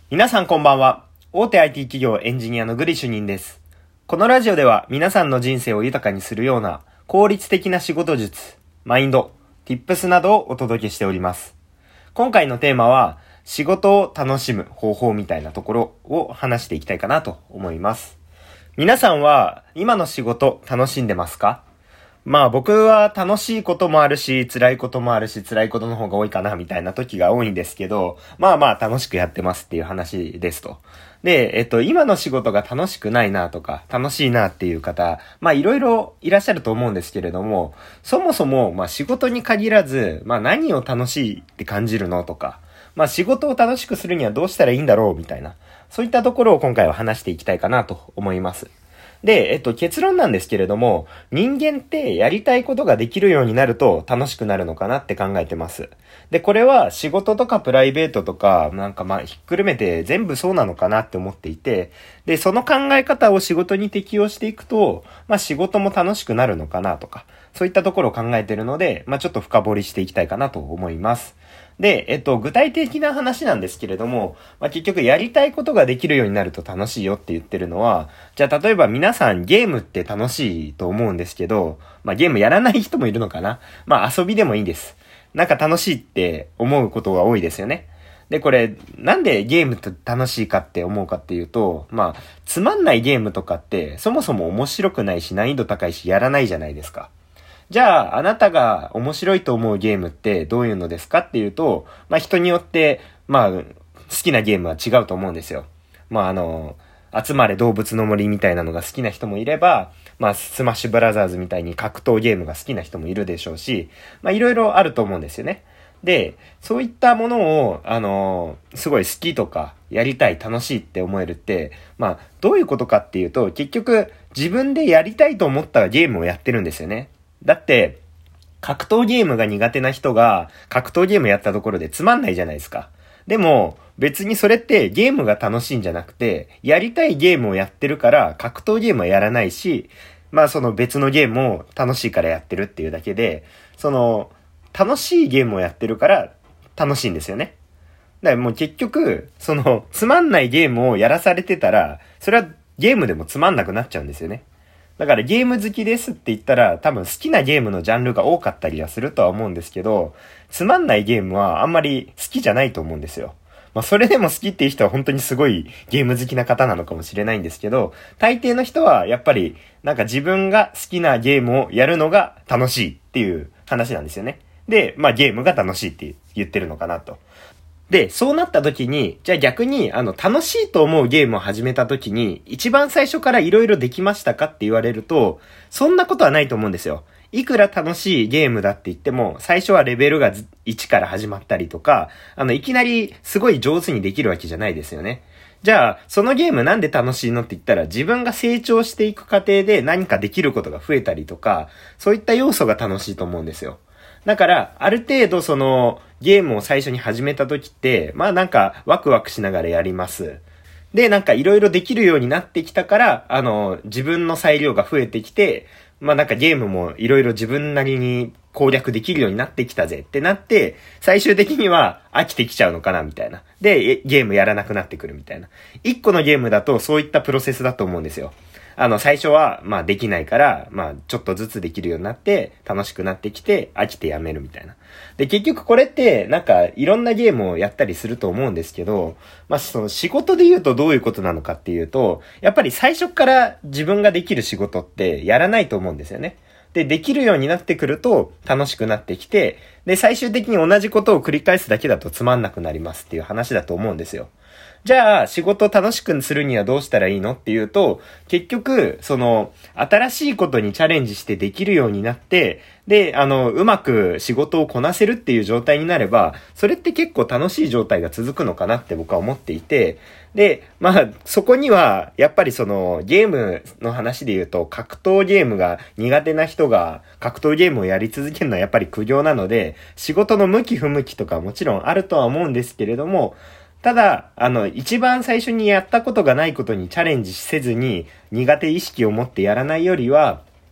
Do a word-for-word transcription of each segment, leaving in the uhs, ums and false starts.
皆さんこんばんは。大手 アイティー 企業エンジニアのグリ主任です。このラジオでは皆さんの人生を豊かにするような効率的な仕事術、マインド、Tips などをお届けしております。今回のテーマは仕事を楽しむ方法みたいなところを話していきたいかなと思います。皆さんは今の仕事楽しんでますか？まあ僕は楽しいこともあるし、辛いこともあるし、辛いことの方が多いかなみたいな時が多いんですけど、まあまあ楽しくやってますっていう話ですと。で、えっと、今の仕事が楽しくないなとか、楽しいなっていう方、まあいろいろいらっしゃると思うんですけれども、そもそも、まあ仕事に限らず、まあ何を楽しいって感じるのとか、まあ仕事を楽しくするにはどうしたらいいんだろうみたいな、そういったところを今回は話していきたいかなと思います。で、えっと、結論なんですけれども、人間ってやりたいことができるようになると楽しくなるのかなって考えてます。で、これは仕事とかプライベートとか、なんかまあ、ひっくるめて全部そうなのかなって思っていて、で、その考え方を仕事に適用していくと、まあ仕事も楽しくなるのかなとか、そういったところを考えているので、まあちょっと深掘りしていきたいかなと思います。で、えっと、具体的な話なんですけれども、まあ、結局やりたいことができるようになると楽しいよって言ってるのは、じゃあ例えば皆さんゲームって楽しいと思うんですけど、まあ、ゲームやらない人もいるのかな？まあ、遊びでもいいんです。なんか楽しいって思うことが多いですよね。で、これ、なんでゲームって楽しいかって思うかっていうと、まあ、つまんないゲームとかって、そもそも面白くないし難易度高いしやらないじゃないですか。じゃあ、あなたが面白いと思うゲームってどういうのですかっていうと、まあ人によって、まあ、好きなゲームは違うと思うんですよ。まああの、集まれ動物の森みたいなのが好きな人もいれば、まあスマッシュブラザーズみたいに格闘ゲームが好きな人もいるでしょうし、まあいろいろあると思うんですよね。で、そういったものを、あの、すごい好きとか、やりたい、楽しいって思えるって、まあ、どういうことかっていうと、結局、自分でやりたいと思ったゲームをやってるんですよね。だって、格闘ゲームが苦手な人が格闘ゲームやったところでつまんないじゃないですか。でも、別にそれってゲームが楽しいんじゃなくて、やりたいゲームをやってるから格闘ゲームはやらないし、まあその別のゲームを楽しいからやってるっていうだけで、その、楽しいゲームをやってるから楽しいんですよね。だからもう結局、その、つまんないゲームをやらされてたら、それはゲームでもつまんなくなっちゃうんですよね。だからゲーム好きですって言ったら多分好きなゲームのジャンルが多かったりはするとは思うんですけど、つまんないゲームはあんまり好きじゃないと思うんですよ。まあそれでも好きっていう人は本当にすごいゲーム好きな方なのかもしれないんですけど、大抵の人はやっぱりなんか自分が好きなゲームをやるのが楽しいっていう話なんですよね。で、まあゲームが楽しいって言ってるのかなと。で、そうなった時に、じゃあ逆に、あの、楽しいと思うゲームを始めた時に、一番最初から色々できましたかって言われると、そんなことはないと思うんですよ。いくら楽しいゲームだって言っても、最初はレベルがいちから始まったりとか、あの、いきなりすごい上手にできるわけじゃないですよね。じゃあ、そのゲームなんで楽しいのって言ったら、自分が成長していく過程で何かできることが増えたりとか、そういった要素が楽しいと思うんですよ。だから、ある程度その、ゲームを最初に始めた時って、まあなんかワクワクしながらやります。で、なんかいろいろできるようになってきたから、あの、自分の裁量が増えてきて、まあなんかゲームもいろいろ自分なりに攻略できるようになってきたぜってなって、最終的には飽きてきちゃうのかなみたいな。で、ゲームやらなくなってくるみたいな。一個のゲームだとそういったプロセスだと思うんですよ。あの、最初は、まあ、できないから、まあ、ちょっとずつできるようになって、楽しくなってきて、飽きてやめるみたいな。で、結局これって、なんか、いろんなゲームをやったりすると思うんですけど、まあ、その、仕事で言うとどういうことなのかっていうと、やっぱり最初から自分ができる仕事って、やらないと思うんですよね。で、できるようになってくると、楽しくなってきて、で、最終的に同じことを繰り返すだけだとつまんなくなりますっていう話だと思うんですよ。じゃあ、仕事を楽しくするにはどうしたらいいのっていうと、結局、その、新しいことにチャレンジしてできるようになって、で、あの、うまく仕事をこなせるっていう状態になれば、それって結構楽しい状態が続くのかなって僕は思っていて、で、まあ、そこには、やっぱりその、ゲームの話で言うと、格闘ゲームが苦手な人が、格闘ゲームをやり続けるのはやっぱり苦行なので、仕事の向き不向きとかもちろんあるとは思うんですけれども、ただ、あの、一番最初にやったことがないことにチャレンジせずに苦手意識を持ってやらないよりは、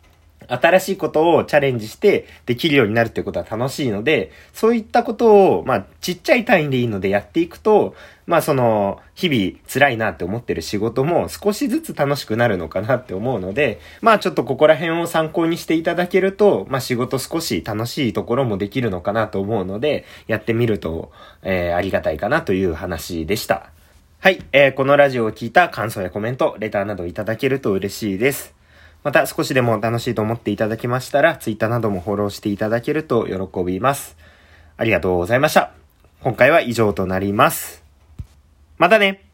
新しいことをチャレンジしてできるようになるってことは楽しいので、そういったことを、まあ、ちっちゃい単位でいいのでやっていくと、まあ、その、日々辛いなって思ってる仕事も少しずつ楽しくなるのかなって思うので、まあ、ちょっとここら辺を参考にしていただけると、まあ、仕事少し楽しいところもできるのかなと思うので、やってみると、えー、ありがたいかなという話でした。はい、えー、このラジオを聞いた感想やコメント、レターなどいただけると嬉しいです。また少しでも楽しいと思っていただけましたら、ツイッターなどもフォローしていただけると喜びます。ありがとうございました。今回は以上となります。またね。